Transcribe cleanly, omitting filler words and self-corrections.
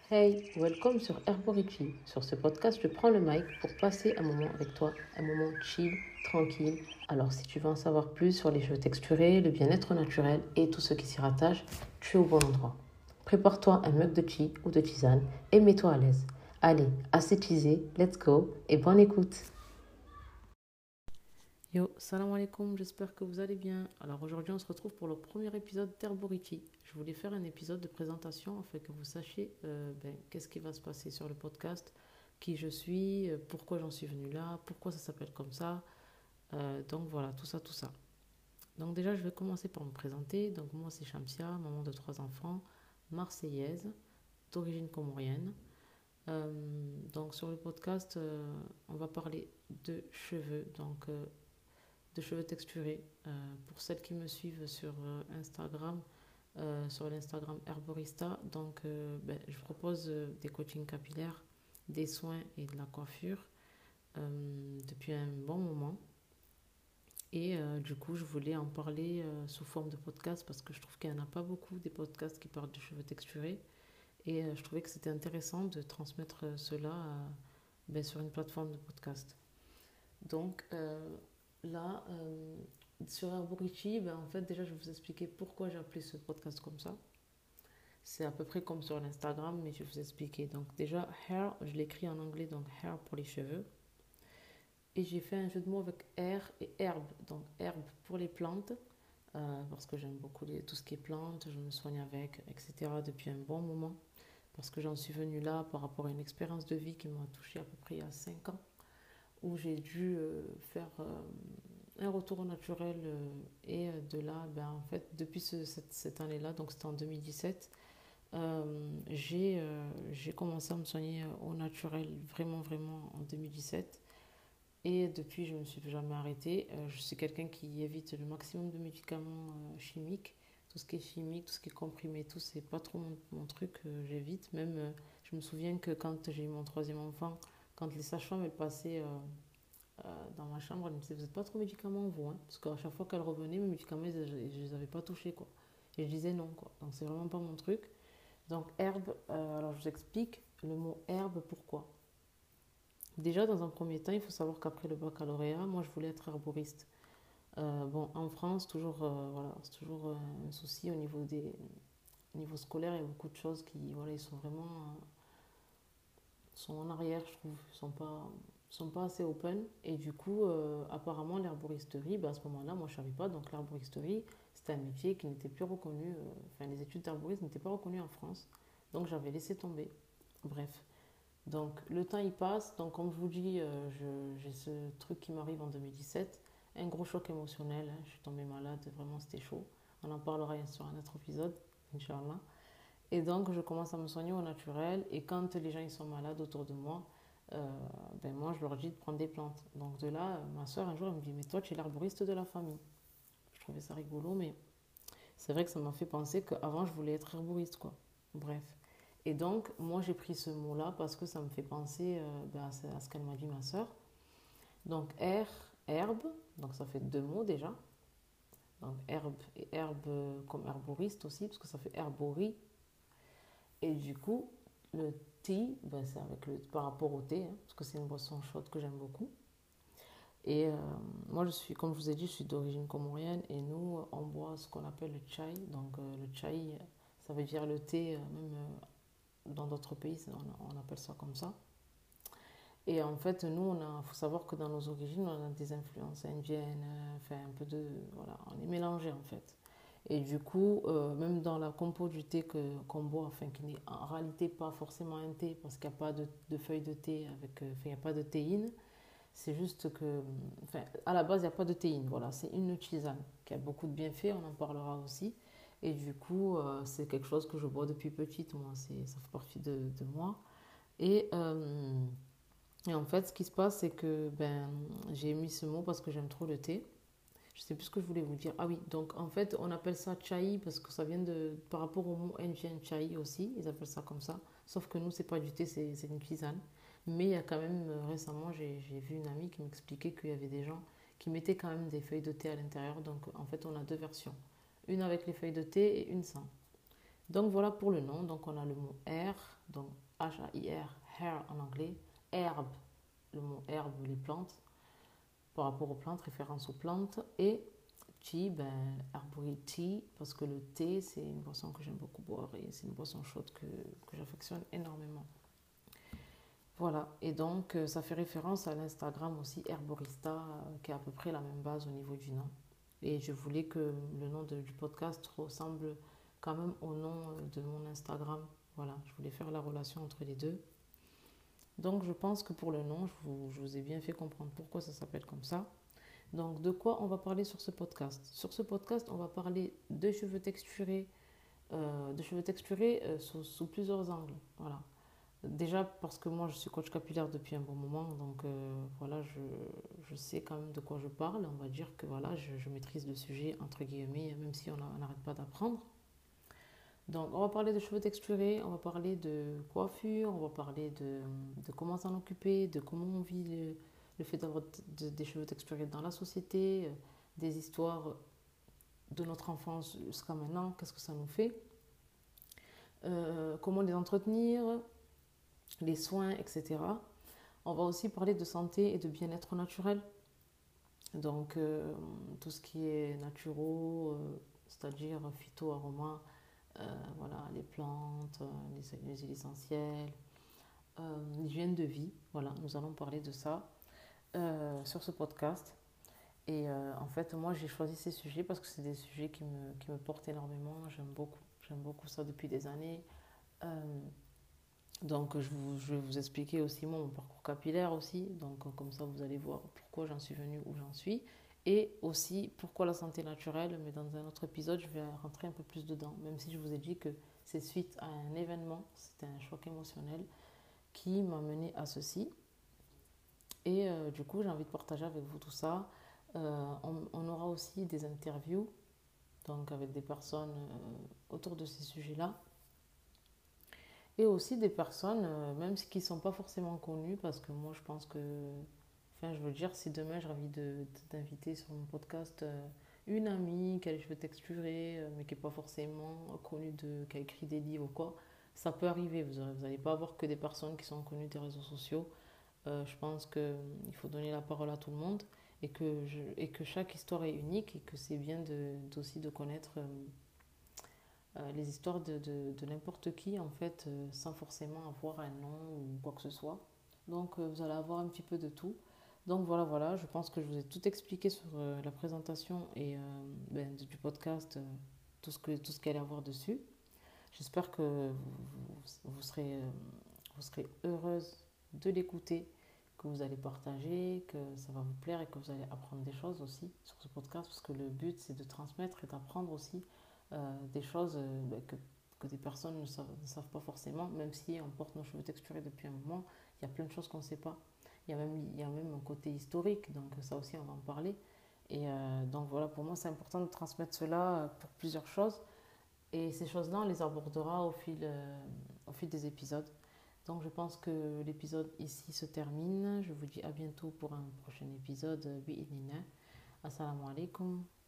Hey, welcome sur Herborichi. Sur ce podcast, je prends le mic pour passer un moment avec toi, un moment chill, tranquille. Alors, si tu veux en savoir plus sur les cheveux texturés, le bien-être naturel et tout ce qui s'y rattache, tu es au bon endroit. Prépare-toi un mug de chi ou de tisane et mets-toi à l'aise. Allez, assez teasé, let's go et bonne écoute. Yo, salam alaikum, j'espère que vous allez bien. Alors aujourd'hui, on se retrouve pour le premier épisode d'Herborichi. Je voulais faire un épisode de présentation afin que vous sachiez qu'est-ce qui va se passer sur le podcast, qui je suis, pourquoi j'en suis venue là, pourquoi ça s'appelle comme ça. Donc voilà, tout ça, tout ça. Donc déjà, je vais commencer par me présenter. Donc moi, c'est Shamsia, maman de trois enfants, marseillaise, d'origine comorienne. Donc sur le podcast, on va parler de cheveux. De cheveux texturés. Pour celles qui me suivent sur Instagram, sur l'Instagram Herborista, je propose des coachings capillaires, des soins et de la coiffure depuis un bon moment. Et du coup, je voulais en parler sous forme de podcast parce que je trouve qu'il n'y en a pas beaucoup des podcasts qui parlent de cheveux texturés. Et je trouvais que c'était intéressant de transmettre cela sur une plateforme de podcast. Donc là, sur Arborichi, en fait, déjà, je vais vous expliquer pourquoi j'ai appelé ce podcast comme ça. C'est à peu près comme sur l'Instagram, mais je vais vous expliquer. Donc déjà, hair, je l'écris en anglais, donc hair pour les cheveux. Et j'ai fait un jeu de mots avec air et herbe. Donc herbe pour les plantes, parce que j'aime beaucoup tout ce qui est plantes, je me soigne avec, etc. depuis un bon moment. Parce que j'en suis venue là par rapport à une expérience de vie qui m'a touchée à peu près il y a 5 ans, où j'ai dû faire un retour au naturel. Et de là, en fait, depuis cette année-là, donc c'était en 2017, j'ai commencé à me soigner au naturel, vraiment, vraiment en 2017. Et depuis, je ne me suis jamais arrêtée. Je suis quelqu'un qui évite le maximum de médicaments chimiques. Tout ce qui est chimique, tout ce qui est comprimé, tout, c'est pas trop mon truc, j'évite. Même, je me souviens que quand j'ai eu mon troisième enfant, quand les sages-femmes elles passaient dans ma chambre, elle me disait, vous n'êtes pas trop médicaments, vous, hein? Parce qu'à chaque fois qu'elle revenait, mes médicaments, je ne les avais pas touchés, quoi. Et je disais non, quoi. Donc, c'est vraiment pas mon truc. Donc, herbe, alors je vous explique le mot herbe, pourquoi. Déjà, dans un premier temps, il faut savoir qu'après le baccalauréat, moi, je voulais être herboriste. En France, voilà, c'est toujours un souci au niveau scolaire. Il y a beaucoup de choses qui, voilà, ils sont vraiment sont en arrière, je trouve. Sont pas assez open. Et du coup, apparemment, l'herboristerie, à ce moment-là, moi, je ne savais pas. Donc, l'herboristerie, c'était un métier qui n'était plus reconnu. Enfin, les études d'herboriste n'étaient pas reconnues en France. Donc, j'avais laissé tomber. Bref. Donc, le temps, il passe. Donc, comme je vous dis, j'ai ce truc qui m'arrive en 2017. Un gros choc émotionnel, hein. Je suis tombée malade. Vraiment, c'était chaud. On en parlera sur un autre épisode, Inch'Allah. Et donc, je commence à me soigner au naturel. Et quand les gens ils sont malades autour de moi, moi, je leur dis de prendre des plantes. Donc, de là, ma soeur, un jour, elle me dit, mais toi, tu es l'herboriste de la famille. Je trouvais ça rigolo, mais c'est vrai que ça m'a fait penser qu'avant, je voulais être herboriste, quoi. Bref. Et donc, moi, j'ai pris ce mot-là parce que ça me fait penser à ce qu'elle m'a dit, ma soeur. Donc, herbe. Donc, ça fait deux mots déjà. Donc, herbe et herbe comme herboriste aussi, parce que ça fait herborie. Et du coup, le tea, c'est avec par rapport au thé, hein, parce que c'est une boisson chaude que j'aime beaucoup. Et moi, comme je vous ai dit, je suis d'origine comorienne et nous, on boit ce qu'on appelle le chai. Donc, le chai, ça veut dire le thé, même dans d'autres pays, on appelle ça comme ça. Et en fait, nous, faut savoir que dans nos origines, on a des influences indiennes, enfin un peu de, voilà, on est mélangé en fait. Et du coup, même dans la compo du thé qu'on boit, enfin qui n'est en réalité pas forcément un thé, parce qu'il n'y a pas de feuilles de thé avec, enfin il n'y a pas de théine, c'est juste que, enfin à la base il n'y a pas de théine, voilà, c'est une tisane qui a beaucoup de bienfaits, on en parlera aussi. Et du coup, c'est quelque chose que je bois depuis petite, moi, ça fait partie de moi. Et et en fait, ce qui se passe, c'est que j'ai mis ce mot parce que j'aime trop le thé. Je sais plus ce que je voulais vous dire. Ah oui, donc en fait, on appelle ça chai parce que ça vient par rapport au mot indien chai aussi, ils appellent ça comme ça. Sauf que nous, c'est pas du thé, c'est une tisane. Mais il y a quand même, récemment, j'ai vu une amie qui m'expliquait qu'il y avait des gens qui mettaient quand même des feuilles de thé à l'intérieur. Donc en fait, on a deux versions. Une avec les feuilles de thé et une sans. Donc voilà pour le nom. Donc on a le mot air, donc H-A-I-R, hair en anglais, herbe, le mot herbe, les plantes, par rapport aux plantes, référence aux plantes, et tea, arboreal tea, parce que le thé, c'est une boisson que j'aime beaucoup boire et c'est une boisson chaude que j'affectionne énormément. Voilà, et donc ça fait référence à l'Instagram aussi, Herborista, qui est à peu près la même base au niveau du nom. Et je voulais que le nom du podcast ressemble quand même au nom de mon Instagram. Voilà, je voulais faire la relation entre les deux. Donc je pense que pour le nom, je vous ai bien fait comprendre pourquoi ça s'appelle comme ça. Donc de quoi on va parler sur ce podcast? Sur ce podcast, on va parler de cheveux texturés sous plusieurs angles. Voilà. Déjà parce que moi je suis coach capillaire depuis un bon moment, donc voilà, je sais quand même de quoi je parle. On va dire que voilà, je maîtrise le sujet entre guillemets, même si on n'arrête pas d'apprendre. Donc on va parler de cheveux texturés, on va parler de coiffure, on va parler de comment s'en occuper, de comment on vit le fait d'avoir des cheveux texturés dans la société, des histoires de notre enfance jusqu'à maintenant, qu'est-ce que ça nous fait, comment les entretenir, les soins, etc. On va aussi parler de santé et de bien-être naturel. Donc, tout ce qui est naturel, c'est-à-dire phyto, aroma, voilà, les plantes, les huiles essentielles, l'hygiène de vie. Voilà, nous allons parler de ça sur ce podcast. Et en fait, moi, j'ai choisi ces sujets parce que c'est des sujets qui me portent énormément. J'aime beaucoup ça depuis des années. Euh, Donc, je vais vous expliquer aussi mon parcours capillaire aussi. Donc, comme ça, vous allez voir pourquoi j'en suis venue où j'en suis. Et aussi pourquoi la santé naturelle. Mais dans un autre épisode, je vais rentrer un peu plus dedans. Même si je vous ai dit que c'est suite à un événement, c'était un choc émotionnel qui m'a mené à ceci. Et du coup, j'ai envie de partager avec vous tout ça. On aura aussi des interviews, donc avec des personnes autour de ces sujets-là. Et aussi des personnes, même qui ne sont pas forcément connues, parce que moi je pense que, enfin je veux dire, si demain j'ai envie d'inviter sur mon podcast une amie qui a les cheveux texturés, mais qui n'est pas forcément connue, qui a écrit des livres ou quoi, ça peut arriver. Vous n'allez pas avoir que des personnes qui sont connues des réseaux sociaux. Je pense qu'il faut donner la parole à tout le monde et que chaque histoire est unique et que c'est bien aussi de connaître les histoires de n'importe qui, en fait, sans forcément avoir un nom ou quoi que ce soit. Donc, vous allez avoir un petit peu de tout. Donc, voilà, je pense que je vous ai tout expliqué sur la présentation et du podcast, tout ce qu'il allait avoir dessus. J'espère que vous serez heureuse de l'écouter, que vous allez partager, que ça va vous plaire et que vous allez apprendre des choses aussi sur ce podcast, parce que le but, c'est de transmettre et d'apprendre aussi des choses que des personnes ne savent pas forcément, même si on porte nos cheveux texturés depuis un moment, il y a plein de choses qu'on ne sait pas. Il y a même un côté historique, donc ça aussi on va en parler. Et donc voilà, pour moi c'est important de transmettre cela pour plusieurs choses. Et ces choses-là, on les abordera au fil des épisodes. Donc je pense que l'épisode ici se termine. Je vous dis à bientôt pour un prochain épisode. Bi'idhnillah. Assalamu alaikum.